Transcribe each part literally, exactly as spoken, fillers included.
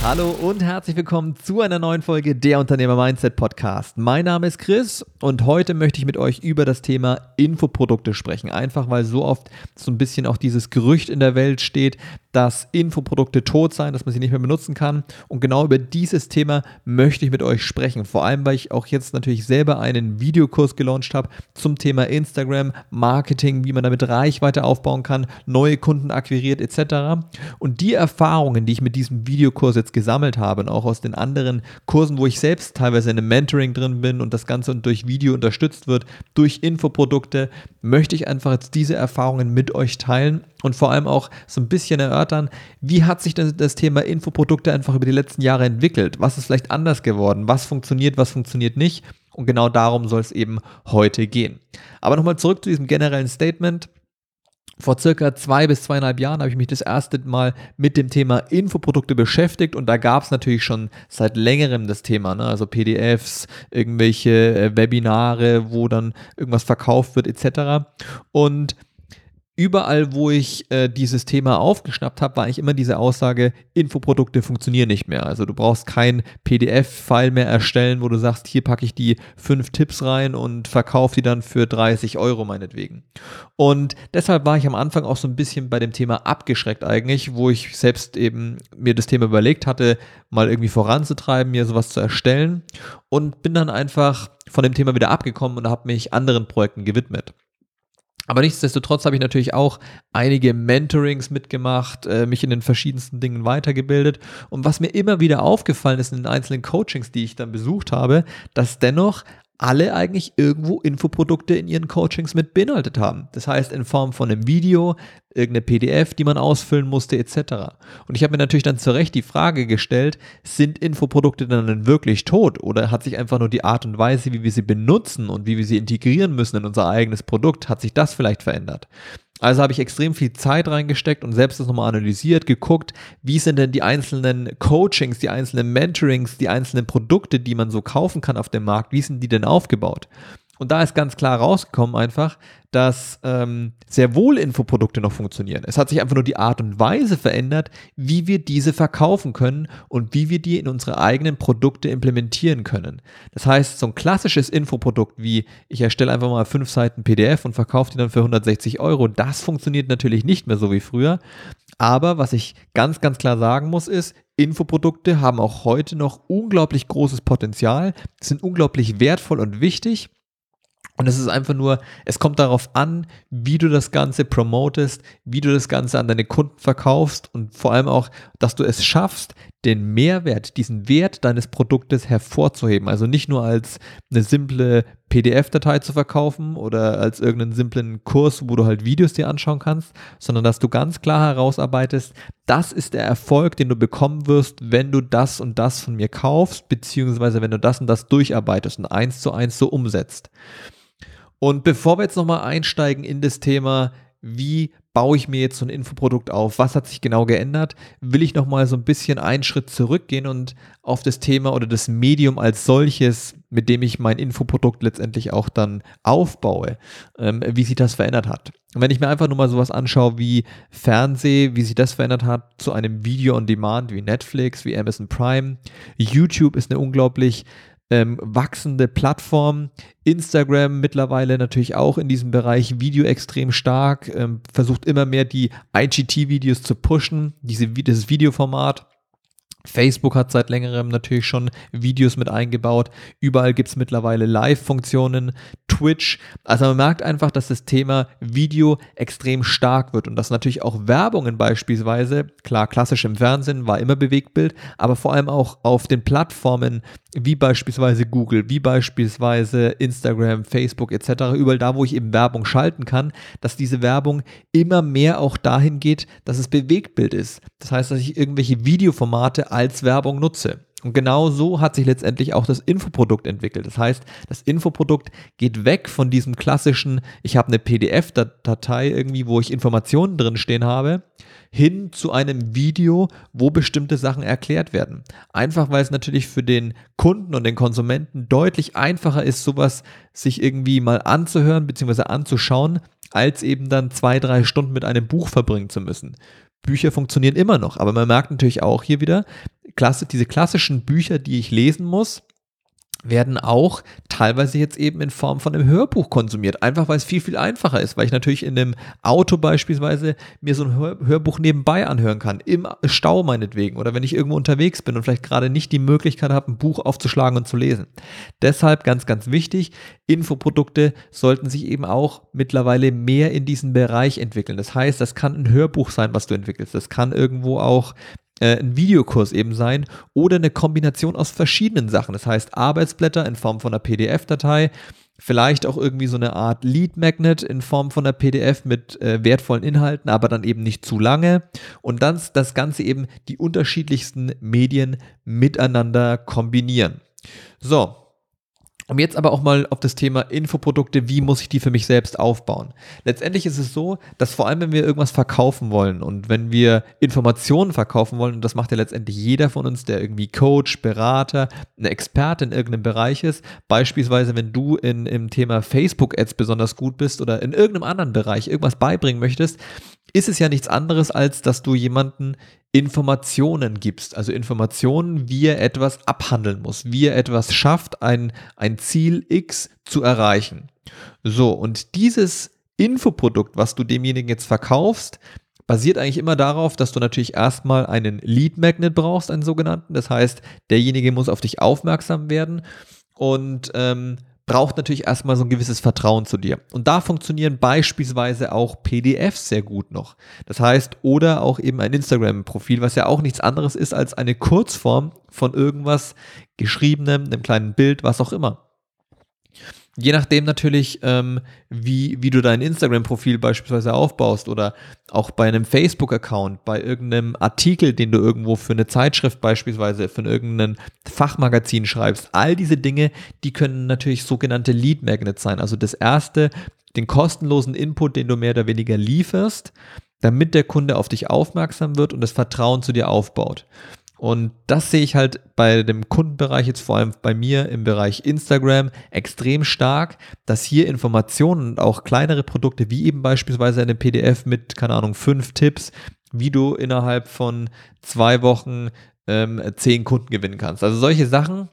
Hallo und herzlich willkommen zu einer neuen Folge der Unternehmer-Mindset Podcast. Mein Name ist Chris und heute möchte ich mit euch über das Thema Infoprodukte sprechen. Einfach weil so oft so ein bisschen auch dieses Gerücht in der Welt steht, dass Infoprodukte tot seien, dass man sie nicht mehr benutzen kann. Und genau über dieses Thema möchte ich mit euch sprechen. Vor allem, weil ich auch jetzt natürlich selber einen Videokurs gelauncht habe zum Thema Instagram, Marketing, wie man damit Reichweite aufbauen kann, neue Kunden akquiriert et cetera. Und die Erfahrungen, die ich mit diesem Videokurs jetzt gesammelt habe und auch aus den anderen Kursen, wo ich selbst teilweise in einem Mentoring drin bin und das Ganze durch Video unterstützt wird, durch Infoprodukte, möchte ich einfach jetzt diese Erfahrungen mit euch teilen und vor allem auch so ein bisschen erörtern, wie hat sich das, das Thema Infoprodukte einfach über die letzten Jahre entwickelt? Was ist vielleicht anders geworden? Was funktioniert, was funktioniert nicht? Und genau darum soll es eben heute gehen. Aber nochmal zurück zu diesem generellen Statement. Vor circa zwei bis zweieinhalb Jahren habe ich mich das erste Mal mit dem Thema Infoprodukte beschäftigt und da gab es natürlich schon seit längerem das Thema, ne? Also P D Fs, irgendwelche äh, Webinare, wo dann irgendwas verkauft wird et cetera. Und überall, wo ich äh, dieses Thema aufgeschnappt habe, war eigentlich immer diese Aussage, Infoprodukte funktionieren nicht mehr. Also du brauchst kein P D F-File mehr erstellen, wo du sagst, hier packe ich die fünf Tipps rein und verkaufe die dann für dreißig Euro meinetwegen. Und deshalb war ich am Anfang auch so ein bisschen bei dem Thema abgeschreckt eigentlich, wo ich selbst eben mir das Thema überlegt hatte, mal irgendwie voranzutreiben, mir sowas zu erstellen und bin dann einfach von dem Thema wieder abgekommen und habe mich anderen Projekten gewidmet. Aber nichtsdestotrotz habe ich natürlich auch einige Mentorings mitgemacht, äh, mich in den verschiedensten Dingen weitergebildet. Und was mir immer wieder aufgefallen ist in den einzelnen Coachings, die ich dann besucht habe, dass dennoch alle eigentlich irgendwo Infoprodukte in ihren Coachings mit beinhaltet haben. Das heißt in Form von einem Video, irgendeine P D F, die man ausfüllen musste et cetera. Und ich habe mir natürlich dann zu Recht die Frage gestellt, sind Infoprodukte dann wirklich tot oder hat sich einfach nur die Art und Weise, wie wir sie benutzen und wie wir sie integrieren müssen in unser eigenes Produkt, hat sich das vielleicht verändert? Also habe ich extrem viel Zeit reingesteckt und selbst das nochmal analysiert, geguckt, wie sind denn die einzelnen Coachings, die einzelnen Mentorings, die einzelnen Produkte, die man so kaufen kann auf dem Markt, wie sind die denn aufgebaut? Und da ist ganz klar rausgekommen einfach, dass ähm, sehr wohl Infoprodukte noch funktionieren. Es hat sich einfach nur die Art und Weise verändert, wie wir diese verkaufen können und wie wir die in unsere eigenen Produkte implementieren können. Das heißt, so ein klassisches Infoprodukt wie ich erstelle einfach mal fünf Seiten P D F und verkaufe die dann für hundertsechzig Euro, das funktioniert natürlich nicht mehr so wie früher. Aber was ich ganz, ganz klar sagen muss ist, Infoprodukte haben auch heute noch unglaublich großes Potenzial, sind unglaublich wertvoll und wichtig. Und es ist einfach nur, es kommt darauf an, wie du das Ganze promotest, wie du das Ganze an deine Kunden verkaufst und vor allem auch, dass du es schaffst, den Mehrwert, diesen Wert deines Produktes hervorzuheben. Also nicht nur als eine simple P D F-Datei zu verkaufen oder als irgendeinen simplen Kurs, wo du halt Videos dir anschauen kannst, sondern dass du ganz klar herausarbeitest, das ist der Erfolg, den du bekommen wirst, wenn du das und das von mir kaufst, beziehungsweise wenn du das und das durcharbeitest und eins zu eins so umsetzt. Und bevor wir jetzt nochmal einsteigen in das Thema, wie baue ich mir jetzt so ein Infoprodukt auf, was hat sich genau geändert, will ich nochmal so ein bisschen einen Schritt zurückgehen und auf das Thema oder das Medium als solches, mit dem ich mein Infoprodukt letztendlich auch dann aufbaue, ähm, wie sich das verändert hat. Und wenn ich mir einfach nur mal sowas anschaue wie Fernseh, wie sich das verändert hat zu einem Video on Demand wie Netflix, wie Amazon Prime, YouTube ist eine unglaublich Ähm, wachsende Plattform, Instagram mittlerweile natürlich auch in diesem Bereich Video extrem stark, ähm, versucht immer mehr die I G T V-Videos zu pushen, diese, dieses Videoformat. Facebook hat seit längerem natürlich schon Videos mit eingebaut. Überall gibt es mittlerweile Live-Funktionen, Twitch. Also man merkt einfach, dass das Thema Video extrem stark wird und dass natürlich auch Werbungen beispielsweise, klar klassisch im Fernsehen war immer Bewegtbild, aber vor allem auch auf den Plattformen wie beispielsweise Google, wie beispielsweise Instagram, Facebook et cetera, überall da, wo ich eben Werbung schalten kann, dass diese Werbung immer mehr auch dahin geht, dass es Bewegtbild ist. Das heißt, dass ich irgendwelche Videoformate als Werbung nutze. Und genau so hat sich letztendlich auch das Infoprodukt entwickelt. Das heißt, das Infoprodukt geht weg von diesem klassischen, ich habe eine P D F-Datei irgendwie, wo ich Informationen drin stehen habe, hin zu einem Video, wo bestimmte Sachen erklärt werden. Einfach, weil es natürlich für den Kunden und den Konsumenten deutlich einfacher ist, sowas sich irgendwie mal anzuhören bzw. anzuschauen, als eben dann zwei, drei Stunden mit einem Buch verbringen zu müssen. Bücher funktionieren immer noch, aber man merkt natürlich auch hier wieder, klasse, diese klassischen Bücher, die ich lesen muss, werden auch teilweise jetzt eben in Form von einem Hörbuch konsumiert, einfach weil es viel, viel einfacher ist, weil ich natürlich in einem Auto beispielsweise mir so ein Hör- Hörbuch nebenbei anhören kann, im Stau meinetwegen oder wenn ich irgendwo unterwegs bin und vielleicht gerade nicht die Möglichkeit habe, ein Buch aufzuschlagen und zu lesen. Deshalb ganz, ganz wichtig, Infoprodukte sollten sich eben auch mittlerweile mehr in diesen Bereich entwickeln. Das heißt, das kann ein Hörbuch sein, was du entwickelst, das kann irgendwo auch ein Videokurs eben sein oder eine Kombination aus verschiedenen Sachen. Das heißt Arbeitsblätter in Form von einer P D F-Datei, vielleicht auch irgendwie so eine Art Lead Magnet in Form von einer P D F mit äh, wertvollen Inhalten, aber dann eben nicht zu lange und dann das Ganze eben die unterschiedlichsten Medien miteinander kombinieren. So. Um jetzt aber auch mal auf das Thema Infoprodukte, wie muss ich die für mich selbst aufbauen? Letztendlich ist es so, dass vor allem, wenn wir irgendwas verkaufen wollen und wenn wir Informationen verkaufen wollen, und das macht ja letztendlich jeder von uns, der irgendwie Coach, Berater, eine Experte in irgendeinem Bereich ist, beispielsweise wenn du in, im Thema Facebook-Ads besonders gut bist oder in irgendeinem anderen Bereich irgendwas beibringen möchtest, ist es ja nichts anderes, als dass du jemanden Informationen gibst, also Informationen, wie er etwas abhandeln muss, wie er etwas schafft, ein, ein Ziel X zu erreichen. So, und dieses Infoprodukt, was du demjenigen jetzt verkaufst, basiert eigentlich immer darauf, dass du natürlich erstmal einen Lead Magnet brauchst, einen sogenannten. Das heißt, derjenige muss auf dich aufmerksam werden und ähm, braucht natürlich erstmal so ein gewisses Vertrauen zu dir. Und da funktionieren beispielsweise auch P D Fs sehr gut noch. Das heißt, oder auch eben ein Instagram-Profil, was ja auch nichts anderes ist als eine Kurzform von irgendwas Geschriebenem, einem kleinen Bild, was auch immer. Je nachdem natürlich, ähm, wie, wie du dein Instagram-Profil beispielsweise aufbaust oder auch bei einem Facebook-Account, bei irgendeinem Artikel, den du irgendwo für eine Zeitschrift beispielsweise, für irgendein Fachmagazin schreibst. All diese Dinge, die können natürlich sogenannte Lead Magnets sein. Also das erste, den kostenlosen Input, den du mehr oder weniger lieferst, damit der Kunde auf dich aufmerksam wird und das Vertrauen zu dir aufbaut. Und das sehe ich halt bei dem Kundenbereich, jetzt vor allem bei mir im Bereich Instagram, extrem stark, dass hier Informationen und auch kleinere Produkte, wie eben beispielsweise eine P D F mit, keine Ahnung, fünf Tipps, wie du innerhalb von zwei Wochen ähm, zehn Kunden gewinnen kannst. Also solche Sachen,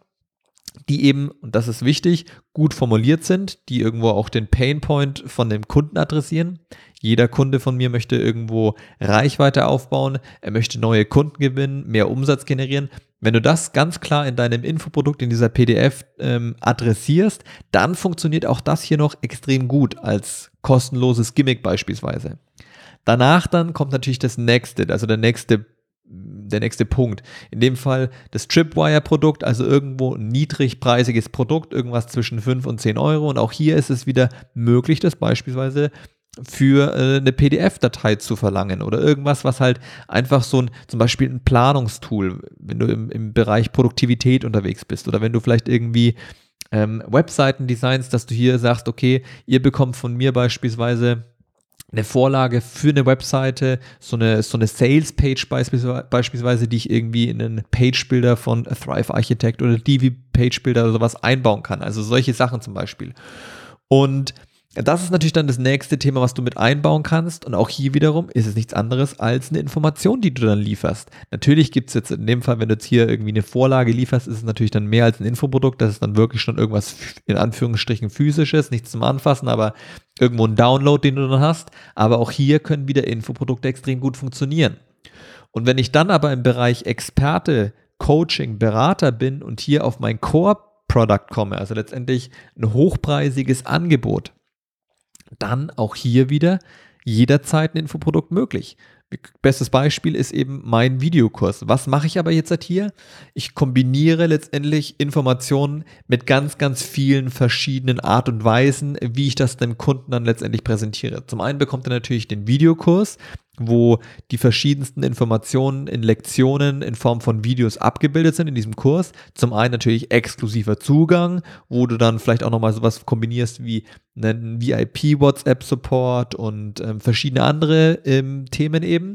die eben, und das ist wichtig, gut formuliert sind, die irgendwo auch den Painpoint von dem Kunden adressieren. Jeder Kunde von mir möchte irgendwo Reichweite aufbauen, er möchte neue Kunden gewinnen, mehr Umsatz generieren. Wenn du das ganz klar in deinem Infoprodukt, in dieser P D F ähm, adressierst, dann funktioniert auch das hier noch extrem gut als kostenloses Gimmick beispielsweise. Danach dann kommt natürlich das nächste, also der nächste der nächste Punkt. In dem Fall das Tripwire-Produkt, also irgendwo ein niedrigpreisiges Produkt, irgendwas zwischen fünf und zehn Euro. Und auch hier ist es wieder möglich, das beispielsweise für äh, eine P D F-Datei zu verlangen oder irgendwas, was halt einfach so ein, zum Beispiel ein Planungstool, wenn du im, im Bereich Produktivität unterwegs bist oder wenn du vielleicht irgendwie ähm, Webseiten designst, dass du hier sagst, okay, ihr bekommt von mir beispielsweise eine Vorlage für eine Webseite, so eine, so eine Sales-Page beispielsweise, beispielsweise, die ich irgendwie in einen Page-Builder von Thrive Architect oder D V-Page-Builder oder sowas einbauen kann. Also solche Sachen zum Beispiel. Und das ist natürlich dann das nächste Thema, was du mit einbauen kannst. Und auch hier wiederum ist es nichts anderes als eine Information, die du dann lieferst. Natürlich gibt es jetzt in dem Fall, wenn du jetzt hier irgendwie eine Vorlage lieferst, ist es natürlich dann mehr als ein Infoprodukt. Das ist dann wirklich schon irgendwas in Anführungsstrichen physisches, nichts zum Anfassen, aber irgendwo ein Download, den du dann hast. Aber auch hier können wieder Infoprodukte extrem gut funktionieren. Und wenn ich dann aber im Bereich Experte, Coaching, Berater bin und hier auf mein Core-Product komme, also letztendlich ein hochpreisiges Angebot, dann auch hier wieder jederzeit ein Infoprodukt möglich. Bestes Beispiel ist eben mein Videokurs. Was mache ich aber jetzt halt hier? Ich kombiniere letztendlich Informationen mit ganz, ganz vielen verschiedenen Art und Weisen, wie ich das dem Kunden dann letztendlich präsentiere. Zum einen bekommt er natürlich den Videokurs, wo die verschiedensten Informationen in Lektionen in Form von Videos abgebildet sind in diesem Kurs. Zum einen natürlich exklusiver Zugang, wo du dann vielleicht auch nochmal sowas kombinierst wie einen V I P-WhatsApp-Support und ähm, verschiedene andere ähm, Themen eben.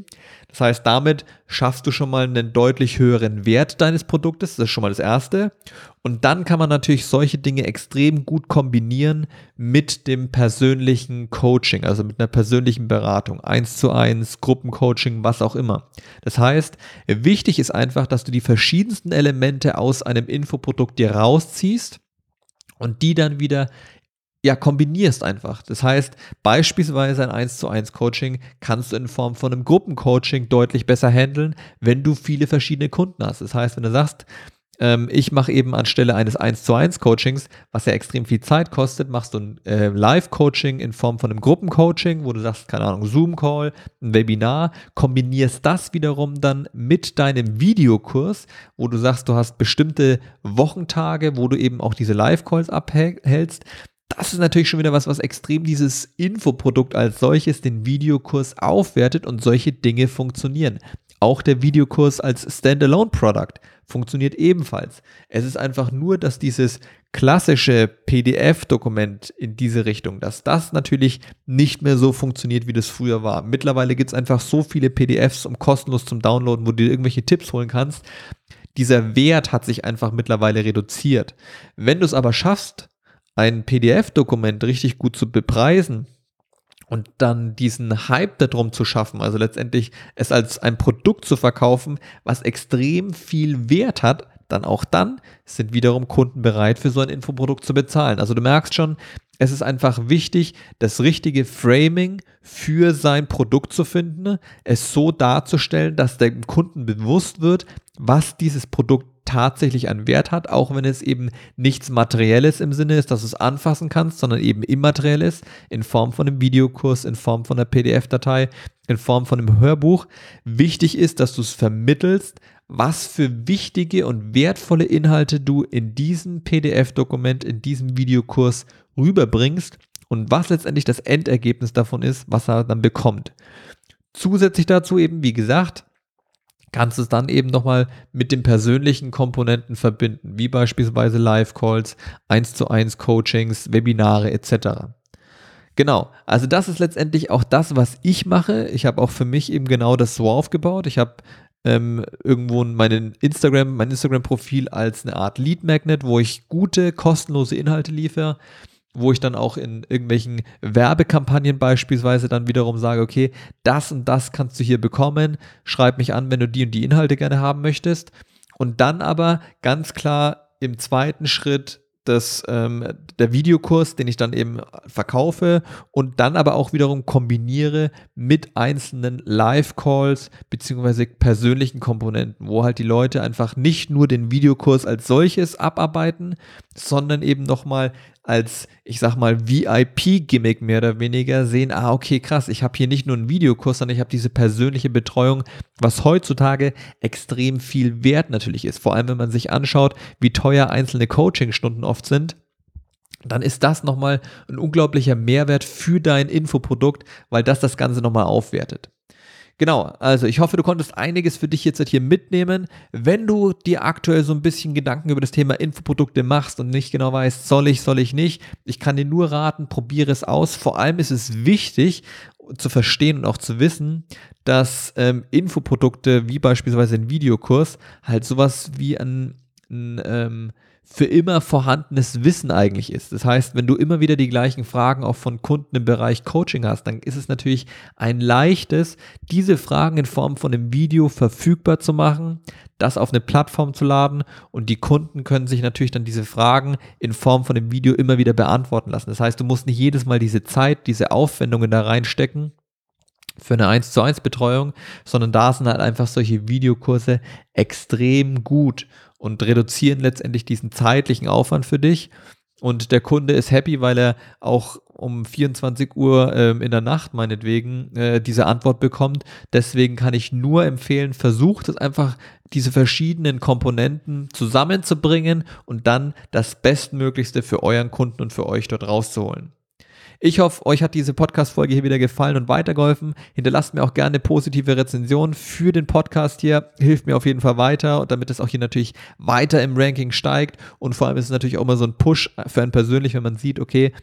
Das heißt, damit schaffst du schon mal einen deutlich höheren Wert deines Produktes, das ist schon mal das Erste. Und dann kann man natürlich solche Dinge extrem gut kombinieren mit dem persönlichen Coaching, also mit einer persönlichen Beratung, eins zu eins, Gruppencoaching, was auch immer. Das heißt, wichtig ist einfach, dass du die verschiedensten Elemente aus einem Infoprodukt dir rausziehst und die dann wieder ja, kombinierst einfach. Das heißt, beispielsweise ein eins zu eins Coaching kannst du in Form von einem Gruppencoaching deutlich besser handeln, wenn du viele verschiedene Kunden hast. Das heißt, wenn du sagst, ähm, ich mache eben anstelle eines eins zu eins Coachings, was ja extrem viel Zeit kostet, machst du ein äh, Live-Coaching in Form von einem Gruppencoaching, wo du sagst, keine Ahnung, Zoom-Call, ein Webinar, kombinierst das wiederum dann mit deinem Videokurs, wo du sagst, du hast bestimmte Wochentage, wo du eben auch diese Live-Calls abhältst. Das ist natürlich schon wieder was, was extrem dieses Infoprodukt als solches, den Videokurs aufwertet und solche Dinge funktionieren. Auch der Videokurs als Standalone-Product funktioniert ebenfalls. Es ist einfach nur, dass dieses klassische P D F-Dokument in diese Richtung, dass das natürlich nicht mehr so funktioniert, wie das früher war. Mittlerweile gibt es einfach so viele P D Fs um kostenlos zum Downloaden, wo du dir irgendwelche Tipps holen kannst. Dieser Wert hat sich einfach mittlerweile reduziert. Wenn du es aber schaffst, ein P D F-Dokument richtig gut zu bepreisen und dann diesen Hype darum zu schaffen, also letztendlich es als ein Produkt zu verkaufen, was extrem viel Wert hat, dann auch dann sind wiederum Kunden bereit, für so ein Infoprodukt zu bezahlen. Also du merkst schon, es ist einfach wichtig, das richtige Framing für sein Produkt zu finden, es so darzustellen, dass dem Kunden bewusst wird, was dieses Produkt tatsächlich an Wert hat, auch wenn es eben nichts Materielles im Sinne ist, dass du es anfassen kannst, sondern eben immateriell ist, in Form von einem Videokurs, in Form von einer P D F-Datei, in Form von einem Hörbuch. Wichtig ist, dass du es vermittelst, was für wichtige und wertvolle Inhalte du in diesem P D F-Dokument, in diesem Videokurs rüberbringst und was letztendlich das Endergebnis davon ist, was er dann bekommt. Zusätzlich dazu eben, wie gesagt, kannst du es dann eben nochmal mit den persönlichen Komponenten verbinden, wie beispielsweise Live-Calls, eins zu eins Coachings, Webinare et cetera. Genau, also das ist letztendlich auch das, was ich mache. Ich habe auch für mich eben genau das so aufgebaut. Ich habe ähm, irgendwo meinen Instagram, mein Instagram-Profil als eine Art Lead-Magnet, wo ich gute, kostenlose Inhalte liefere, wo ich dann auch in irgendwelchen Werbekampagnen beispielsweise dann wiederum sage, okay, das und das kannst du hier bekommen, schreib mich an, wenn du die und die Inhalte gerne haben möchtest. Und dann aber ganz klar im zweiten Schritt das, ähm, der Videokurs, den ich dann eben verkaufe und dann aber auch wiederum kombiniere mit einzelnen Live-Calls beziehungsweise persönlichen Komponenten, wo halt die Leute einfach nicht nur den Videokurs als solches abarbeiten, sondern eben nochmal als, ich sag mal, V I P-Gimmick mehr oder weniger sehen, ah, okay, krass, ich habe hier nicht nur einen Videokurs, sondern ich habe diese persönliche Betreuung, was heutzutage extrem viel wert natürlich ist. Vor allem, wenn man sich anschaut, wie teuer einzelne Coachingstunden oft sind, dann ist das nochmal ein unglaublicher Mehrwert für dein Infoprodukt, weil das das Ganze nochmal aufwertet. Genau, also ich hoffe, du konntest einiges für dich jetzt hier mitnehmen. Wenn du dir aktuell so ein bisschen Gedanken über das Thema Infoprodukte machst und nicht genau weißt, soll ich, soll ich nicht, ich kann dir nur raten, probiere es aus. Vor allem ist es wichtig zu verstehen und auch zu wissen, dass ähm, Infoprodukte wie beispielsweise ein Videokurs halt sowas wie ein, ein ähm, für immer vorhandenes Wissen eigentlich ist. Das heißt, wenn du immer wieder die gleichen Fragen auch von Kunden im Bereich Coaching hast, dann ist es natürlich ein leichtes, diese Fragen in Form von einem Video verfügbar zu machen, das auf eine Plattform zu laden und die Kunden können sich natürlich dann diese Fragen in Form von einem Video immer wieder beantworten lassen. Das heißt, du musst nicht jedes Mal diese Zeit, diese Aufwendungen da reinstecken für eine eins zu eins Betreuung, sondern da sind halt einfach solche Videokurse extrem gut und reduzieren letztendlich diesen zeitlichen Aufwand für dich und der Kunde ist happy, weil er auch um vierundzwanzig Uhr ähm, in der Nacht meinetwegen äh, diese Antwort bekommt. Deswegen kann ich nur empfehlen, versucht es einfach, diese verschiedenen Komponenten zusammenzubringen und dann das Bestmöglichste für euren Kunden und für euch dort rauszuholen. Ich hoffe, euch hat diese Podcast-Folge hier wieder gefallen und weitergeholfen. Hinterlasst mir auch gerne eine positive Rezension für den Podcast hier. Hilft mir auf jeden Fall weiter, und damit es auch hier natürlich weiter im Ranking steigt. Und vor allem ist es natürlich auch immer so ein Push für einen persönlich, wenn man sieht, okay,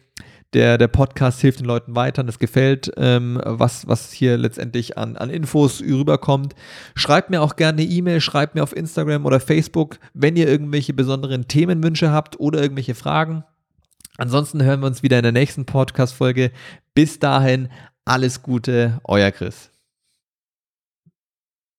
der, der Podcast hilft den Leuten weiter und es gefällt, ähm, was, was hier letztendlich an, an Infos rüberkommt. Schreibt mir auch gerne eine E-Mail, schreibt mir auf Instagram oder Facebook, wenn ihr irgendwelche besonderen Themenwünsche habt oder irgendwelche Fragen. Ansonsten hören wir uns wieder in der nächsten Podcast-Folge. Bis dahin, alles Gute, euer Chris.